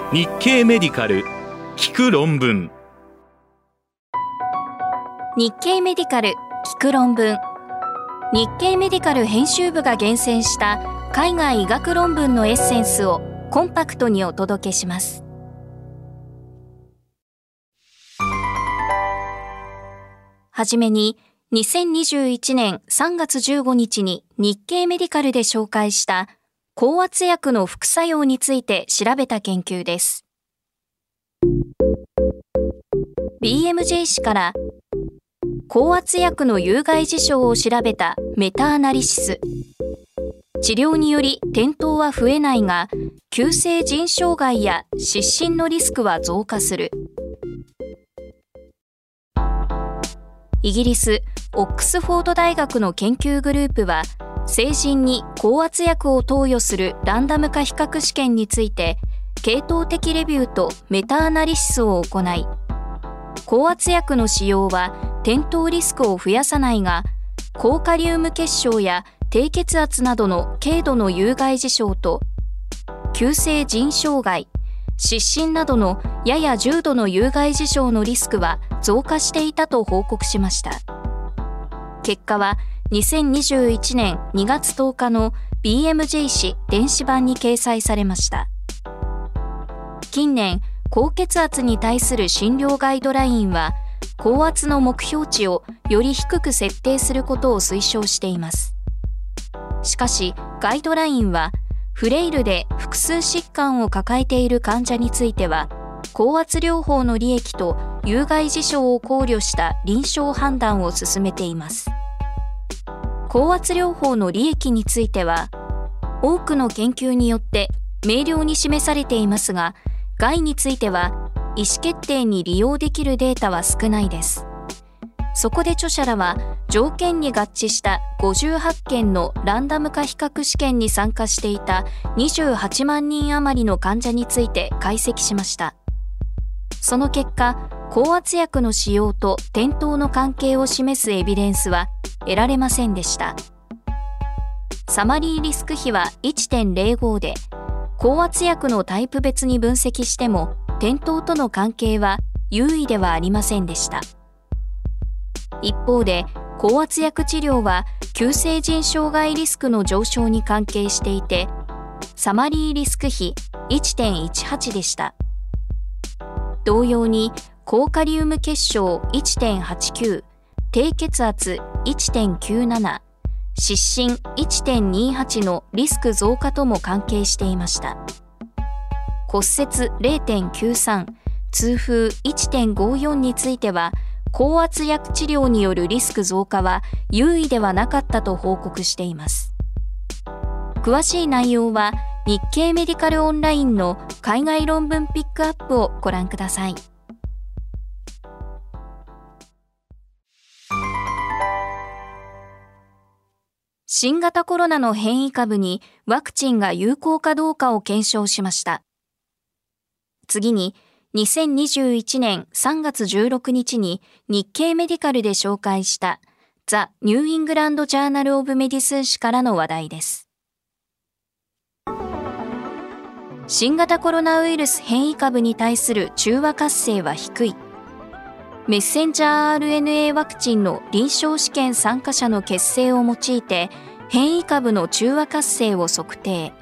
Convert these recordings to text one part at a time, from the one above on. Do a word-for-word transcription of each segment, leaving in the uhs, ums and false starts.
日経メディカル聞く論文。 日経メディカル聞く論文。日経メディカル編集部が厳選した海外医学論文のエッセンスをコンパクトにお届けします。はじめに、にせんにじゅういちねんさんがつじゅうごにちに日経メディカルで紹介した降圧薬の副作用について調べた研究です。ビーエムジェー 氏から降圧薬の有害事象を調べたメタアナリシス。治療により転倒は増えないが、急性腎障害や失神のリスクは増加する。イギリス・オックスフォード大学の研究グループは、成人に降圧薬を投与するランダム化比較試験について、系統的レビューとメタアナリシスを行い、降圧薬の使用は転倒リスクを増やさないが、高カリウム血症や低血圧などの軽度の有害事象と、急性腎障害、失神などのやや重度の有害事象のリスクは増加していたと報告しました。結果はにせんにじゅういちねんにがつとおかの ビーエムジェー 誌電子版に掲載されました。近年、高血圧に対する診療ガイドラインは、降圧の目標値をより低く設定することを推奨しています。しかし、ガイドラインは、フレイルで複数疾患を抱えている患者については、降圧療法の利益と有害事象を考慮した臨床判断を進めています。降圧療法の利益については、多くの研究によって明瞭に示されていますが、害については意思決定に利用できるデータは少ないです。そこで著者らは条件に合致したごじゅうはちけんのランダム化比較試験に参加していたにじゅうはちまんにん余りの患者について解析しました。その結果、降圧薬の使用と転倒の関係を示すエビデンスは得られませんでした。サマリーリスク比は いってんぜろご で、降圧薬のタイプ別に分析しても転倒との関係は有意ではありませんでした。一方で、降圧薬治療は急性腎障害リスクの上昇に関係していて、サマリーリスク比 いってんいちはち でした。同様に、高カリウム血症 いってんはちきゅう、低血圧 いってんきゅうなな、失神 いってんにはち のリスク増加とも関係していました。骨折 れいてんきゅうさん、痛風 いってんごよん については、降圧薬治療によるリスク増加は有意ではなかったと報告しています。詳しい内容は日経メディカルオンラインの海外論文ピックアップをご覧ください。新型コロナの変異株にワクチンが有効かどうかを検証しました。次に、にせんにじゅういちねんさんがつじゅうろくにちに日経メディカルで紹介したザ・ニューイングランド・ジャーナル・オブ・メディスン誌からの話題です。新型コロナウイルス変異株に対する中和活性は低い。メッセンジャー アールエヌエー ワクチンの臨床試験参加者の血清を用いて変異株の中和活性を測定。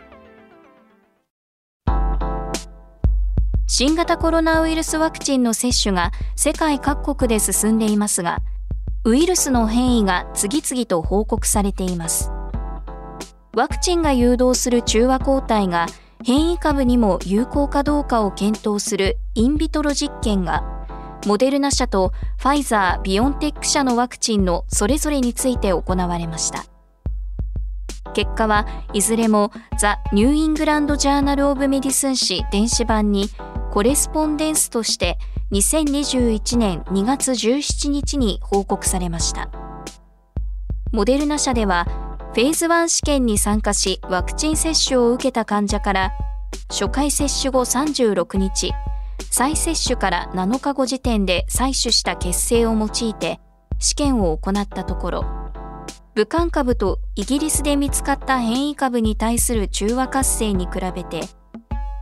新型コロナウイルスワクチンの接種が世界各国で進んでいますが、ウイルスの変異が次々と報告されています。ワクチンが誘導する中和抗体が変異株にも有効かどうかを検討するインビトロ実験が、モデルナ社とファイザー・ビオンテック社のワクチンのそれぞれについて行われました。結果はいずれもザ・ニューイングランド・ジャーナル・オブ・メディスン誌電子版にコレスポンデンスとしてにせんにじゅういちねんにがつじゅうしちにちに報告されました。モデルナ社ではフェーズワン試験に参加しワクチン接種を受けた患者から初回接種後さんじゅうろくにち、再接種からなのかご時点で採取した血清を用いて試験を行ったところ、武漢株とイギリスで見つかった変異株に対する中和活性に比べて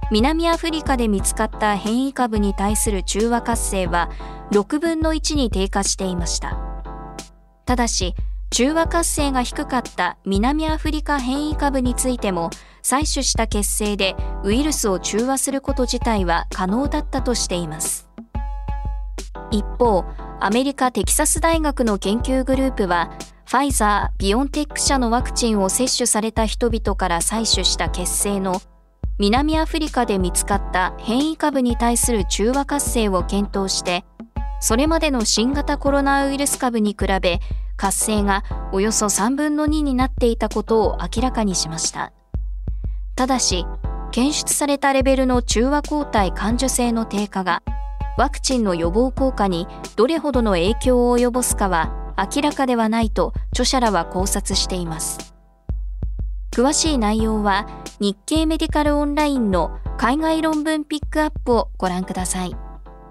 南アフリカで見つかった変異株に対する中和活性はろくぶんのいちに低下していました。ただし、中和活性が低かった南アフリカ変異株についても、採取した血清でウイルスを中和すること自体は可能だったとしています。一方、アメリカテキサス大学の研究グループは、ファイザー・ビオンテック社のワクチンを接種された人々から採取した血清の南アフリカで見つかった変異株に対する中和活性を検討して、それまでの新型コロナウイルス株に比べ活性がおよそさんぶんのにになっていたことを明らかにしました。ただし、検出されたレベルの中和抗体感受性の低下がワクチンの予防効果にどれほどの影響を及ぼすかは明らかではないと著者らは考察しています。詳しい内容は日経メディカルオンラインの海外論文ピックアップをご覧ください。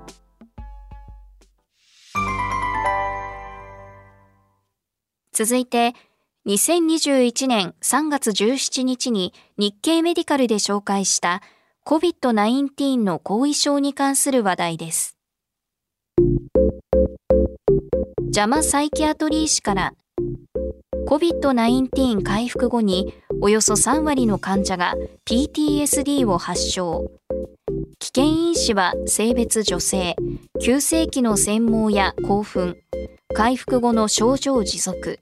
続いて、にせんにじゅういちねんさんがつじゅうしちにちに日経メディカルで紹介した コビッドナインティーン の後遺症に関する話題です。ジャマサイキアトリー誌から、コビッドナインティーン 回復後におよそさんわりの患者が ピーティーエスディー を発症。危険因子は性別女性、急性期の痙攣や興奮、回復後の症状持続。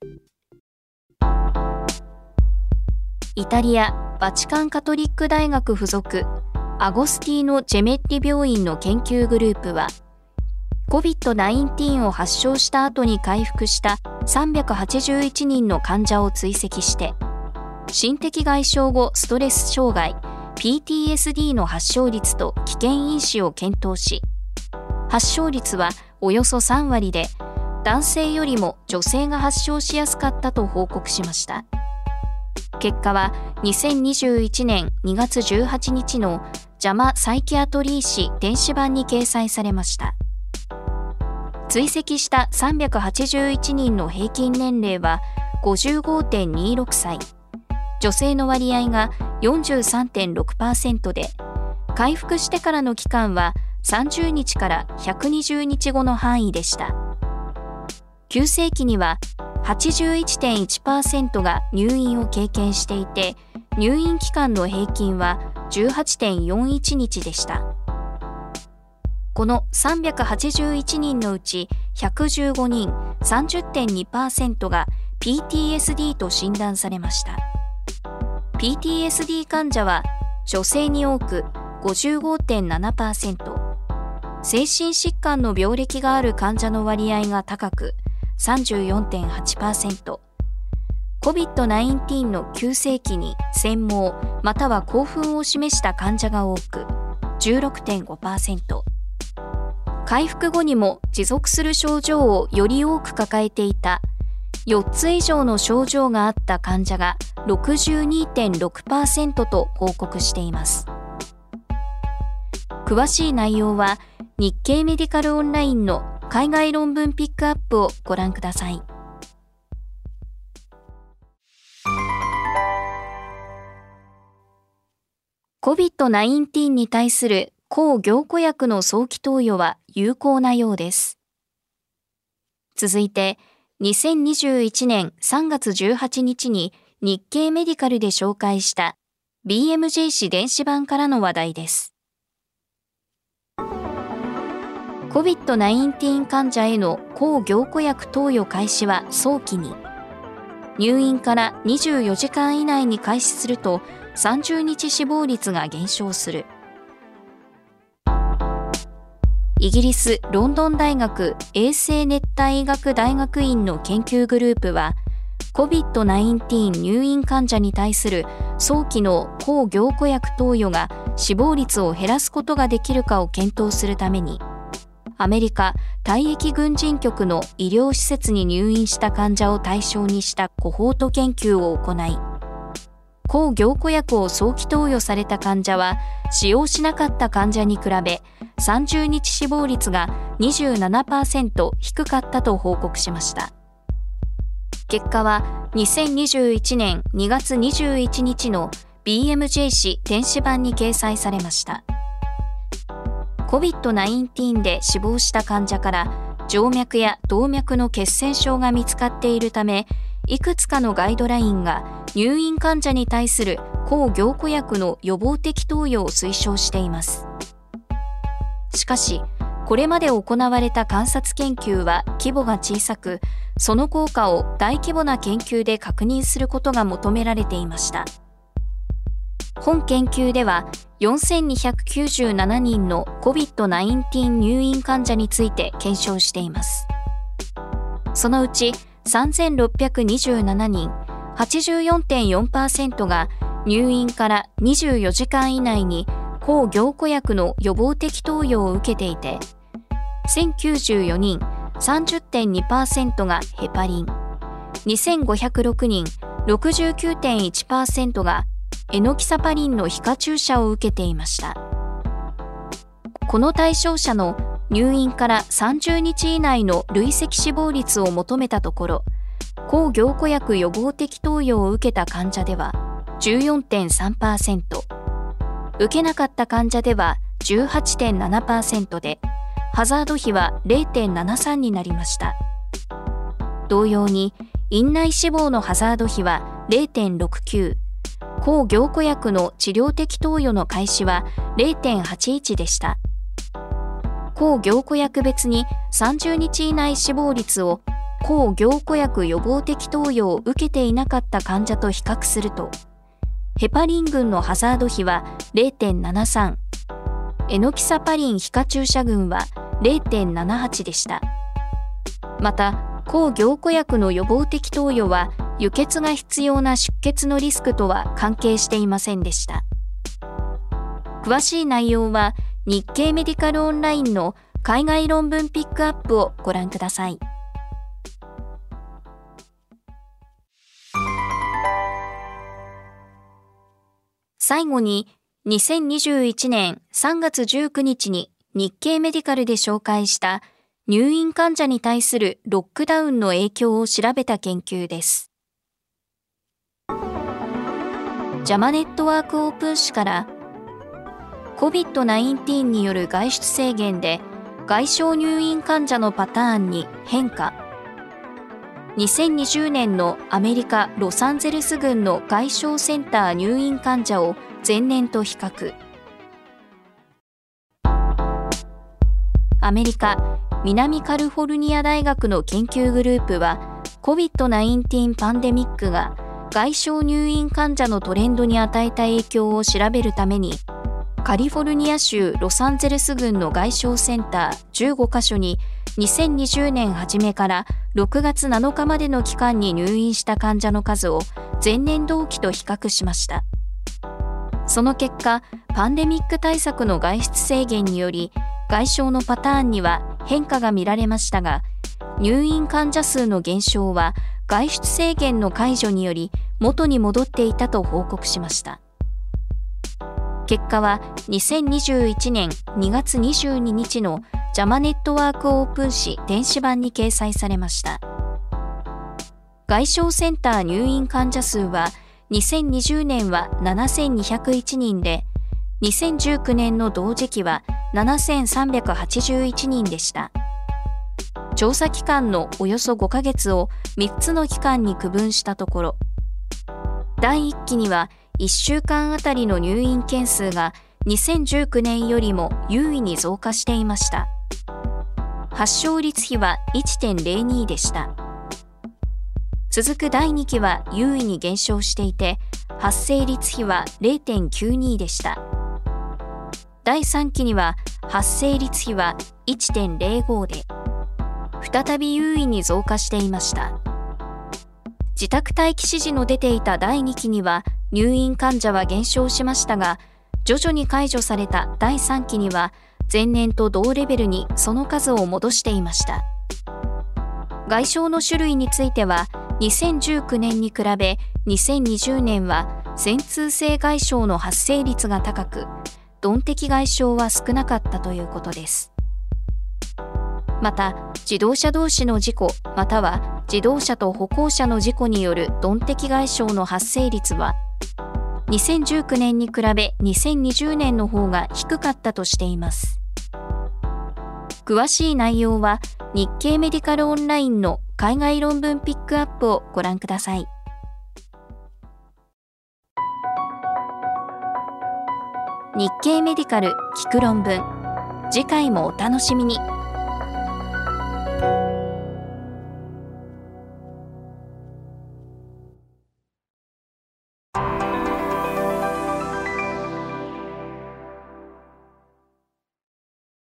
イタリア・バチカンカトリック大学附属アゴスティーノ・ジェメッリ病院の研究グループは、コビッドナインティーン を発症した後に回復したさんびゃくはちじゅういちにんの患者を追跡して、心的外傷後ストレス障害 ピーティーエスディー の発症率と危険因子を検討し、発症率はおよそさんわりで、男性よりも女性が発症しやすかったと報告しました。結果はにせんにじゅういちねんにがつじゅうはちにちのジャマ・サイキアトリー誌電子版に掲載されました。追跡したさんびゃくはちじゅういちにんの平均年齢は ごじゅうごてんにろくさい、女性の割合が よんじゅうさんてんろくパーセント で、回復してからの期間はさんじゅうにちからひゃくにじゅうにちごの範囲でした。急性期には はちじゅういちてんいちパーセント が入院を経験していて、入院期間の平均は じゅうはちてんよんいちにちでした。このさんびゃくはちじゅういちにんのうちひゃくじゅうごにん さんじゅってんにパーセント が ピーティーエスディー と診断されました。ピーティーエスディー 患者は女性に多く ごじゅうごてんななパーセント、精神疾患の病歴がある患者の割合が高く さんじゅうよんてんはちパーセント、コビッドナインティーン の急性期に痙攣または興奮を示した患者が多く じゅうろくてんごパーセント、回復後にも持続する症状をより多く抱えていたよっつ以上の症状があった患者が ろくじゅうにてんろくパーセント と報告しています。詳しい内容は日経メディカルオンラインの海外論文ピックアップをご覧ください。コビッドナインティーン に対する抗凝固薬の早期投与は有効なようです。続いて、にせんにじゅういちねんさんがつじゅうはちにちに日経メディカルで紹介した ビーエムジェー 誌電子版からの話題です。コビッドナインティーン 患者への抗凝固薬投与開始は早期に。入院からにじゅうよじかん以内に開始するとさんじゅうにち死亡率が減少する。イギリス・ロンドン大学衛生熱帯医学大学院の研究グループは、コビッドナインティーン 入院患者に対する早期の抗凝固薬投与が死亡率を減らすことができるかを検討するために、アメリカ退役軍人局の医療施設に入院した患者を対象にしたコホート研究を行い、抗凝固薬を早期投与された患者は使用しなかった患者に比べさんじゅうにち死亡率が にじゅうななパーセント 低かったと報告しました。結果はにせんにじゅういちねんにがつにじゅういちにちのビーエムジェー 誌電子版に掲載されました。コビッドナインティーン で死亡した患者から静脈や動脈の血栓症が見つかっているため、いくつかのガイドラインが入院患者に対する抗凝固薬の予防的投与を推奨しています。しかし、これまで行われた観察研究は規模が小さく、その効果を大規模な研究で確認することが求められていました。本研究ではよんせんにひゃくきゅうじゅうななにんの コビッドナインティーン 入院患者について検証しています。そのうちさんぜんろっぴゃくにじゅうななにん、はちじゅうよんてんよんパーセント が入院からにじゅうよじかん以内に抗凝固薬の予防的投与を受けていて、せんきゅうじゅうよにん、さんじゅってんにパーセント がヘパリン、にせんごひゃくろくにん、ろくじゅうきゅうてんいちパーセント がエノキサパリンの皮下注射を受けていました。この対象者の入院からさんじゅうにち以内の累積死亡率を求めたところ、抗凝固薬予防的投与を受けた患者では じゅうよんてんさんパーセント、受けなかった患者では じゅうはちてんななパーセント で、ハザード比は れいてんななさん になりました。同様に、院内死亡のハザード比は れいてんろくきゅう、抗凝固薬の治療的投与の開始は れいてんはちいち でした。抗凝固薬別にさんじゅうにち以内死亡率を抗凝固薬予防的投与を受けていなかった患者と比較すると、ヘパリン群のハザード比は れいてんななさん、エノキサパリン皮下注射群は れいてんななはち でした。また、抗凝固薬の予防的投与は輸血が必要な出血のリスクとは関係していませんでした。詳しい内容は日経メディカルオンラインの海外論文ピックアップをご覧ください。最後に、にせんにじゅういちねんさんがつじゅうくにちに日経メディカルで紹介した入院患者に対するロックダウンの影響を調べた研究です。ジャマネットワークオープン誌から コビッドナインティーン による外出制限で外傷入院患者のパターンに変化。にせんにじゅうねんのアメリカ・ロサンゼルス郡の外傷センター入院患者を前年と比較。アメリカ・南カリフォルニア大学の研究グループは コビッドナインティーン パンデミックが外傷入院患者のトレンドに与えた影響を調べるために、カリフォルニア州ロサンゼルス郡の外傷センターじゅうごかしょににせんにじゅうねん初めからろくがつなのかまでの期間に入院した患者の数を前年同期と比較しました。その結果、パンデミック対策の外出制限により外傷のパターンには変化が見られましたが、入院患者数の減少は外出制限の解除により元に戻っていたと報告しました。結果はにせんにじゅういちねんにがつにじゅうににちのジャマネットワークオープン誌電子版に掲載されました。外傷センター入院患者数はにせんにじゅうねんはななせんにひゃくいちにんで、にせんじゅうきゅうねんの同時期はななせんさんびゃくはちじゅういちにんでした。調査期間のおよそごかげつをみっつの期間に区分したところ、だいいっきにはいっしゅうかんあたりの入院件数がにせんじゅうきゅうねんよりも優位に増加していました。発症率比は いってんぜろに でした。続くだいにきは優位に減少していて、発生率比は れいてんきゅうに でした。だいさんきには発生率比は いってんぜろご で、再び優位に増加していました。自宅待機指示の出ていただいにきには入院患者は減少しましたが、徐々に解除されただいさんきには前年と同レベルにその数を戻していました。外傷の種類については、にせんじゅうきゅうねんに比べにせんにじゅうねんは線通性外傷の発生率が高く、鈍的外傷は少なかったということです。また、自動車同士の事故または自動車と歩行者の事故による鈍的外傷の発生率はにせんじゅうきゅうねんに比べにせんにじゅうねんの方が低かったとしています。詳しい内容は日経メディカルオンラインの海外論文ピックアップをご覧ください。日経メディカル聞く論文、次回もお楽しみに。